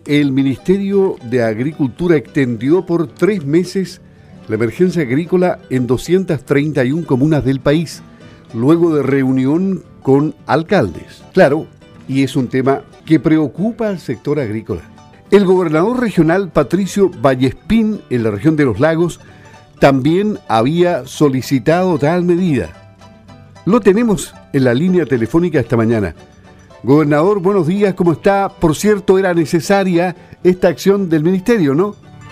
el Ministerio de Agricultura extendió por 3 meses la emergencia agrícola en 231 comunas del país, luego de reunión con alcaldes. Claro, y es un tema que preocupa al sector agrícola. El gobernador regional Patricio Vallespín, en la región de Los Lagos, también había solicitado tal medida. Lo tenemos en la línea telefónica esta mañana. Gobernador, buenos días, ¿cómo está? Por cierto, era necesaria esta acción del ministerio, ¿no?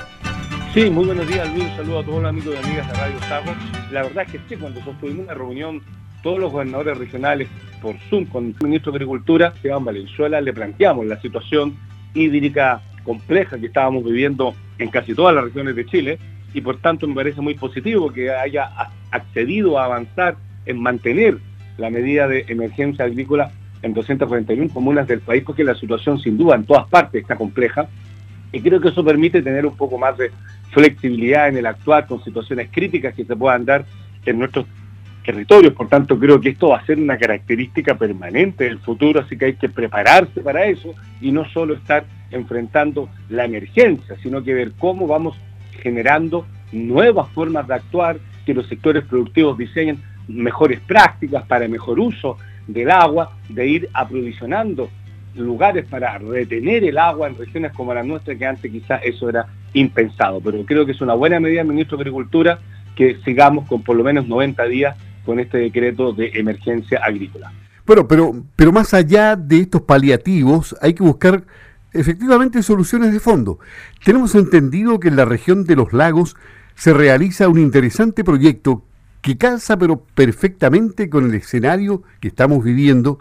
Sí, muy buenos días, Luis. Un saludo a todos los amigos y amigas de Radio Sago. La verdad es que sí, cuando tuvimos una reunión, todos los gobernadores regionales por Zoom con el ministro de Agricultura, Esteban Valenzuela, le planteamos la situación hídrica compleja que estábamos viviendo en casi todas las regiones de Chile, y por tanto me parece muy positivo que haya accedido a avanzar en mantener la medida de emergencia agrícola en 241 comunas del país, porque la situación sin duda en todas partes está compleja, y creo que eso permite tener un poco más de flexibilidad en el actuar con situaciones críticas que se puedan dar en nuestros territorios. Por tanto, creo que esto va a ser una característica permanente del futuro, así que hay que prepararse para eso y no solo estar enfrentando la emergencia, sino que ver cómo vamos generando nuevas formas de actuar, que los sectores productivos diseñen mejores prácticas para mejor uso del agua, de ir aprovisionando lugares para retener el agua en regiones como la nuestra, que antes quizás eso era impensado. Pero creo que es una buena medida del ministro de Agricultura que sigamos con por lo menos 90 días con este decreto de emergencia agrícola. Bueno, pero más allá de estos paliativos, hay que buscar efectivamente soluciones de fondo. Tenemos entendido que en la región de Los Lagos se realiza un interesante proyecto que calza pero perfectamente con el escenario que estamos viviendo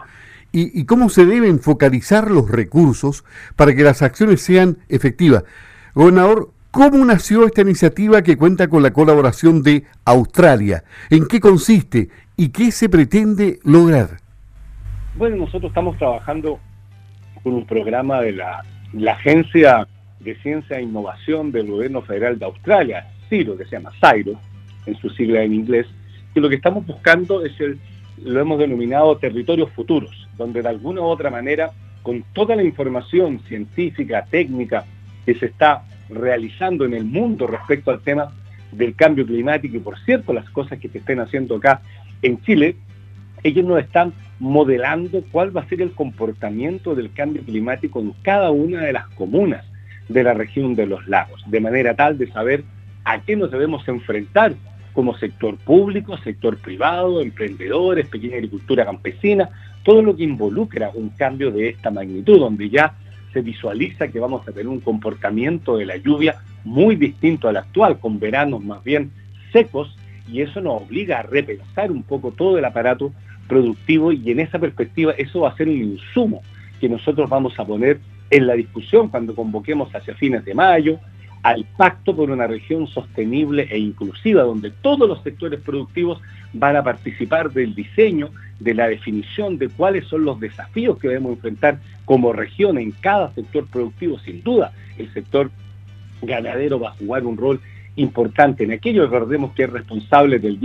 y cómo se deben focalizar los recursos para que las acciones sean efectivas. Gobernador, ¿cómo nació esta iniciativa que cuenta con la colaboración de Australia? ¿En qué consiste y qué se pretende lograr? Bueno, nosotros estamos trabajando con un programa de la Agencia de Ciencia e Innovación del Gobierno Federal de Australia, CSIRO, que se llama CSIRO, en su sigla en inglés, y lo que estamos buscando es lo hemos denominado territorios futuros, donde de alguna u otra manera, con toda la información científica, técnica, que se está realizando en el mundo respecto al tema del cambio climático, y por cierto, las cosas que se estén haciendo acá en Chile, ellos nos están modelando cuál va a ser el comportamiento del cambio climático en cada una de las comunas de la región de Los Lagos, de manera tal de saber a qué nos debemos enfrentar como sector público, sector privado, emprendedores, pequeña agricultura campesina, todo lo que involucra un cambio de esta magnitud, donde ya se visualiza que vamos a tener un comportamiento de la lluvia muy distinto al actual, con veranos más bien secos, y eso nos obliga a repensar un poco todo el aparato productivo, y en esa perspectiva eso va a ser un insumo que nosotros vamos a poner en la discusión cuando convoquemos hacia fines de mayo al Pacto por una Región Sostenible e Inclusiva, donde todos los sectores productivos van a participar del diseño, de la definición de cuáles son los desafíos que debemos enfrentar como región en cada sector productivo. Sin duda, el sector ganadero va a jugar un rol importante en aquello. Recordemos que es responsable del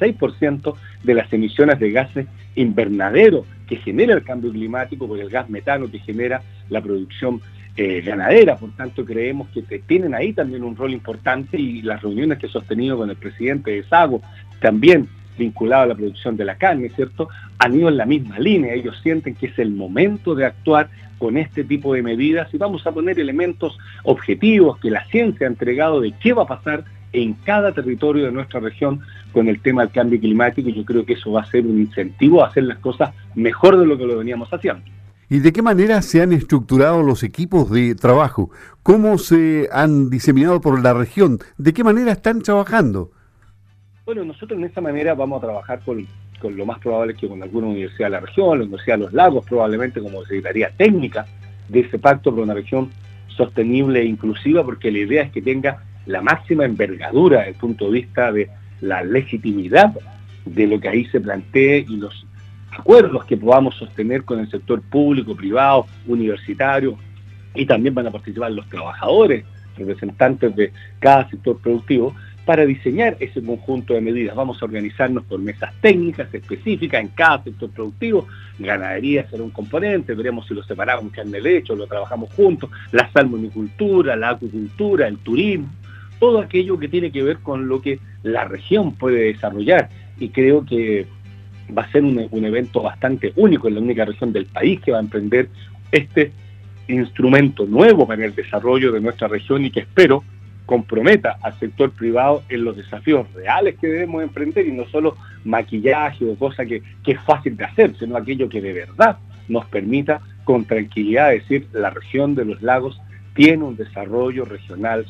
10,6% de las emisiones de gases invernadero que genera el cambio climático por el gas metano que genera la producción ganadera. Por tanto, creemos que tienen ahí también un rol importante, y las reuniones que he sostenido con el presidente de Sago, también vinculado a la producción de la carne, ¿cierto?, han ido en la misma línea. Ellos sienten que es el momento de actuar con este tipo de medidas, y vamos a poner elementos objetivos que la ciencia ha entregado de qué va a pasar en cada territorio de nuestra región con el tema del cambio climático, y yo creo que eso va a ser un incentivo a hacer las cosas mejor de lo que lo veníamos haciendo. ¿Y de qué manera se han estructurado los equipos de trabajo? ¿Cómo se han diseminado por la región? ¿De qué manera están trabajando? Bueno, nosotros en esta manera vamos a trabajar con lo más probable es que con alguna universidad de la región, la Universidad de Los Lagos, probablemente como Secretaría Técnica de ese Pacto por una Región Sostenible e Inclusiva, porque la idea es que tenga la máxima envergadura desde el punto de vista de la legitimidad de lo que ahí se plantee y los acuerdos que podamos sostener con el sector público, privado, universitario, y también van a participar los trabajadores, representantes de cada sector productivo, para diseñar ese conjunto de medidas. Vamos a organizarnos por mesas técnicas específicas en cada sector productivo. Ganadería será un componente, veremos si lo separamos en carne de leche o lo trabajamos juntos, la salmonicultura, la acuicultura, el turismo, todo aquello que tiene que ver con lo que la región puede desarrollar. Y creo que va a ser un evento bastante único, en la única región del país que va a emprender este instrumento nuevo para el desarrollo de nuestra región y que espero comprometa al sector privado en los desafíos reales que debemos emprender y no solo maquillaje o cosa que es fácil de hacer, sino aquello que de verdad nos permita con tranquilidad decir la región de los lagos tiene un desarrollo regional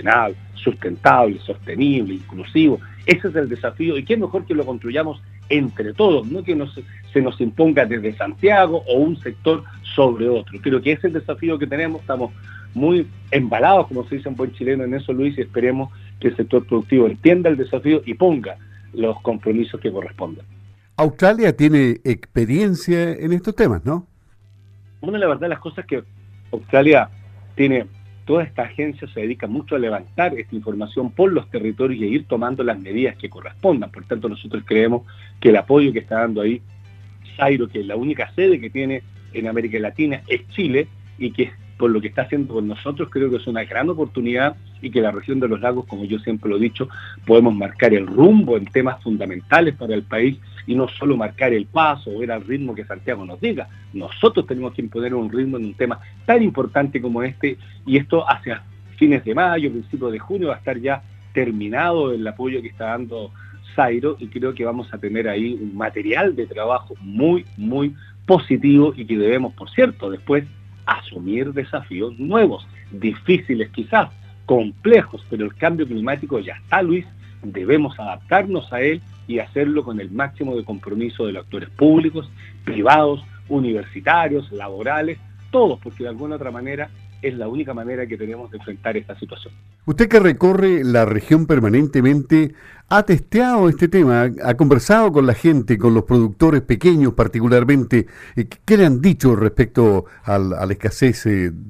sustentable, sostenible, inclusivo. Ese es el desafío y qué mejor que lo construyamos entre todos, no que se nos imponga desde Santiago o un sector sobre otro. Creo que ese es el desafío que tenemos, estamos muy embalados, como se dice en buen chileno, en eso, Luis, y esperemos que el sector productivo entienda el desafío y ponga los compromisos que correspondan. Australia tiene experiencia en estos temas, ¿no? Bueno, la verdad, las cosas que Australia tiene, toda esta agencia se dedica mucho a levantar esta información por los territorios y a ir tomando las medidas que correspondan. Por tanto, nosotros creemos que el apoyo que está dando ahí Sairo, que es la única sede que tiene en América Latina, es Chile, y que por lo que está haciendo con nosotros, creo que es una gran oportunidad y que la región de los lagos, como yo siempre lo he dicho, podemos marcar el rumbo en temas fundamentales para el país y no solo marcar el paso o ver al ritmo que Santiago nos diga. Nosotros tenemos que imponer un ritmo en un tema tan importante como este y esto hacia fines de mayo, principios de junio va a estar ya terminado el apoyo que está dando Sairo y creo que vamos a tener ahí un material de trabajo muy, muy positivo y que debemos, por cierto, después asumir desafíos nuevos, difíciles quizás, complejos, pero el cambio climático ya está, Luis, debemos adaptarnos a él y hacerlo con el máximo de compromiso de los actores públicos, privados, universitarios, laborales, todos, porque de alguna otra manera es la única manera que tenemos de enfrentar esta situación. Usted que recorre la región permanentemente, ¿ha testeado este tema? ¿Ha conversado con la gente, con los productores pequeños particularmente? ¿Qué le han dicho respecto a la escasez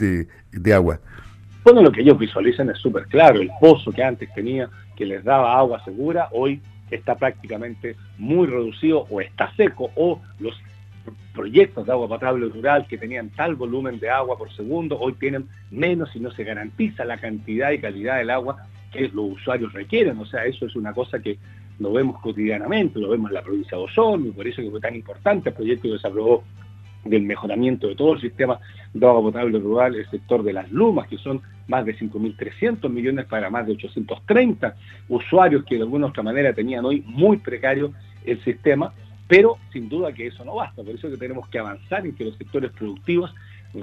de agua? Bueno, lo que ellos visualizan es súper claro. El pozo que antes tenía, que les daba agua segura, hoy está prácticamente muy reducido o está seco, o los proyectos de agua potable rural que tenían tal volumen de agua por segundo, hoy tienen menos y no se garantiza la cantidad y calidad del agua que los usuarios requieren. O sea, eso es una cosa que lo vemos cotidianamente, lo vemos en la provincia de Osorno, y por eso que fue tan importante el proyecto que se aprobó del mejoramiento de todo el sistema de agua potable rural, el sector de las lumas, que son más de 5.300 millones para más de 830 usuarios que de alguna u otra manera tenían hoy muy precario el sistema. Pero sin duda que eso no basta, por eso que tenemos que avanzar en que los sectores productivos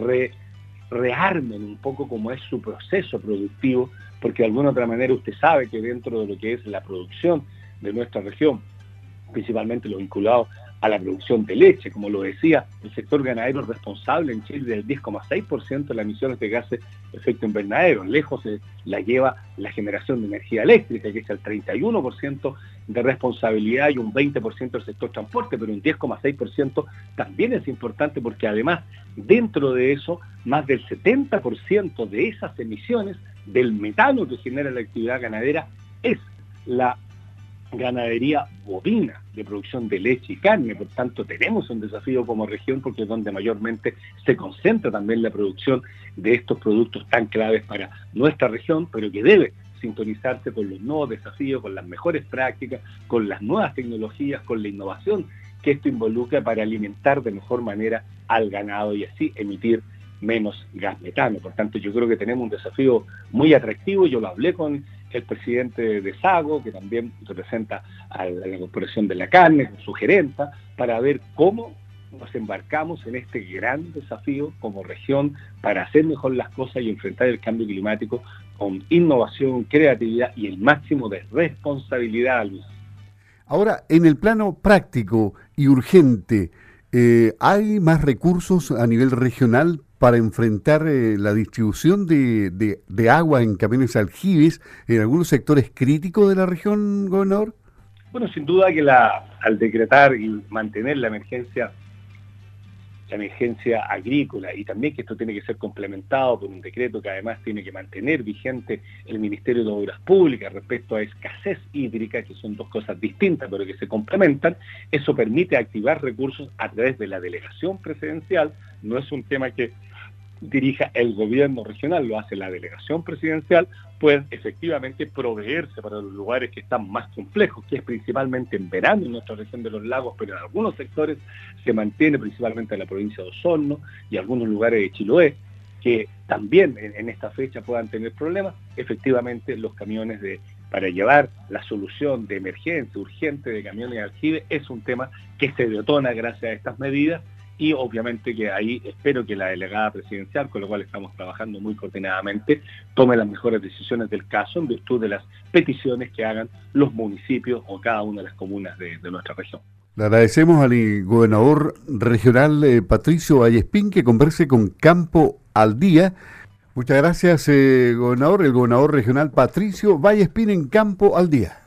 rearmen un poco como es su proceso productivo, porque de alguna otra manera usted sabe que dentro de lo que es la producción de nuestra región, principalmente lo vinculado a la producción de leche, como lo decía, el sector ganadero es responsable en Chile del 10,6% de las emisiones de gases de efecto invernadero. Lejos se la lleva la generación de energía eléctrica, que es el 31% de responsabilidad y un 20% del sector transporte, pero un 10,6% también es importante porque además dentro de eso, más del 70% de esas emisiones del metano que genera la actividad ganadera es la ganadería bovina de producción de leche y carne. Por tanto, tenemos un desafío como región porque es donde mayormente se concentra también la producción de estos productos tan claves para nuestra región, pero que debe sintonizarse con los nuevos desafíos, con las mejores prácticas, con las nuevas tecnologías, con la innovación que esto involucra para alimentar de mejor manera al ganado y así emitir menos gas metano. Por tanto, yo creo que tenemos un desafío muy atractivo. Yo lo hablé con el presidente de Sago, que también representa a la Corporación de la Carne, su gerenta, para ver cómo nos embarcamos en este gran desafío como región para hacer mejor las cosas y enfrentar el cambio climático con innovación, creatividad y el máximo de responsabilidad, Luis. Ahora, en el plano práctico y urgente, ¿hay más recursos a nivel regional para enfrentar la distribución de agua en camiones aljibes en algunos sectores críticos de la región, gobernador? Bueno, sin duda que al decretar y mantener la emergencia la emergencia agrícola y también que esto tiene que ser complementado por un decreto que además tiene que mantener vigente el Ministerio de Obras Públicas respecto a escasez hídrica, que son dos cosas distintas pero que se complementan, eso permite activar recursos a través de la delegación presidencial. No es un tema que dirija el gobierno regional, lo hace la delegación presidencial, pues efectivamente proveerse para los lugares que están más complejos, que es principalmente en verano en nuestra región de los lagos, pero en algunos sectores se mantiene principalmente en la provincia de Osorno y algunos lugares de Chiloé, que también en esta fecha puedan tener problemas. Efectivamente los camiones para llevar la solución de emergencia urgente de camiones de aljibe es un tema que se detona gracias a estas medidas. Y obviamente que ahí espero que la delegada presidencial, con lo cual estamos trabajando muy coordinadamente, tome las mejores decisiones del caso en virtud de las peticiones que hagan los municipios o cada una de las comunas de nuestra región. Le agradecemos al gobernador regional Patricio Vallespín que converse con Campo al Día. Muchas gracias, gobernador. El gobernador regional Patricio Vallespín en Campo al Día.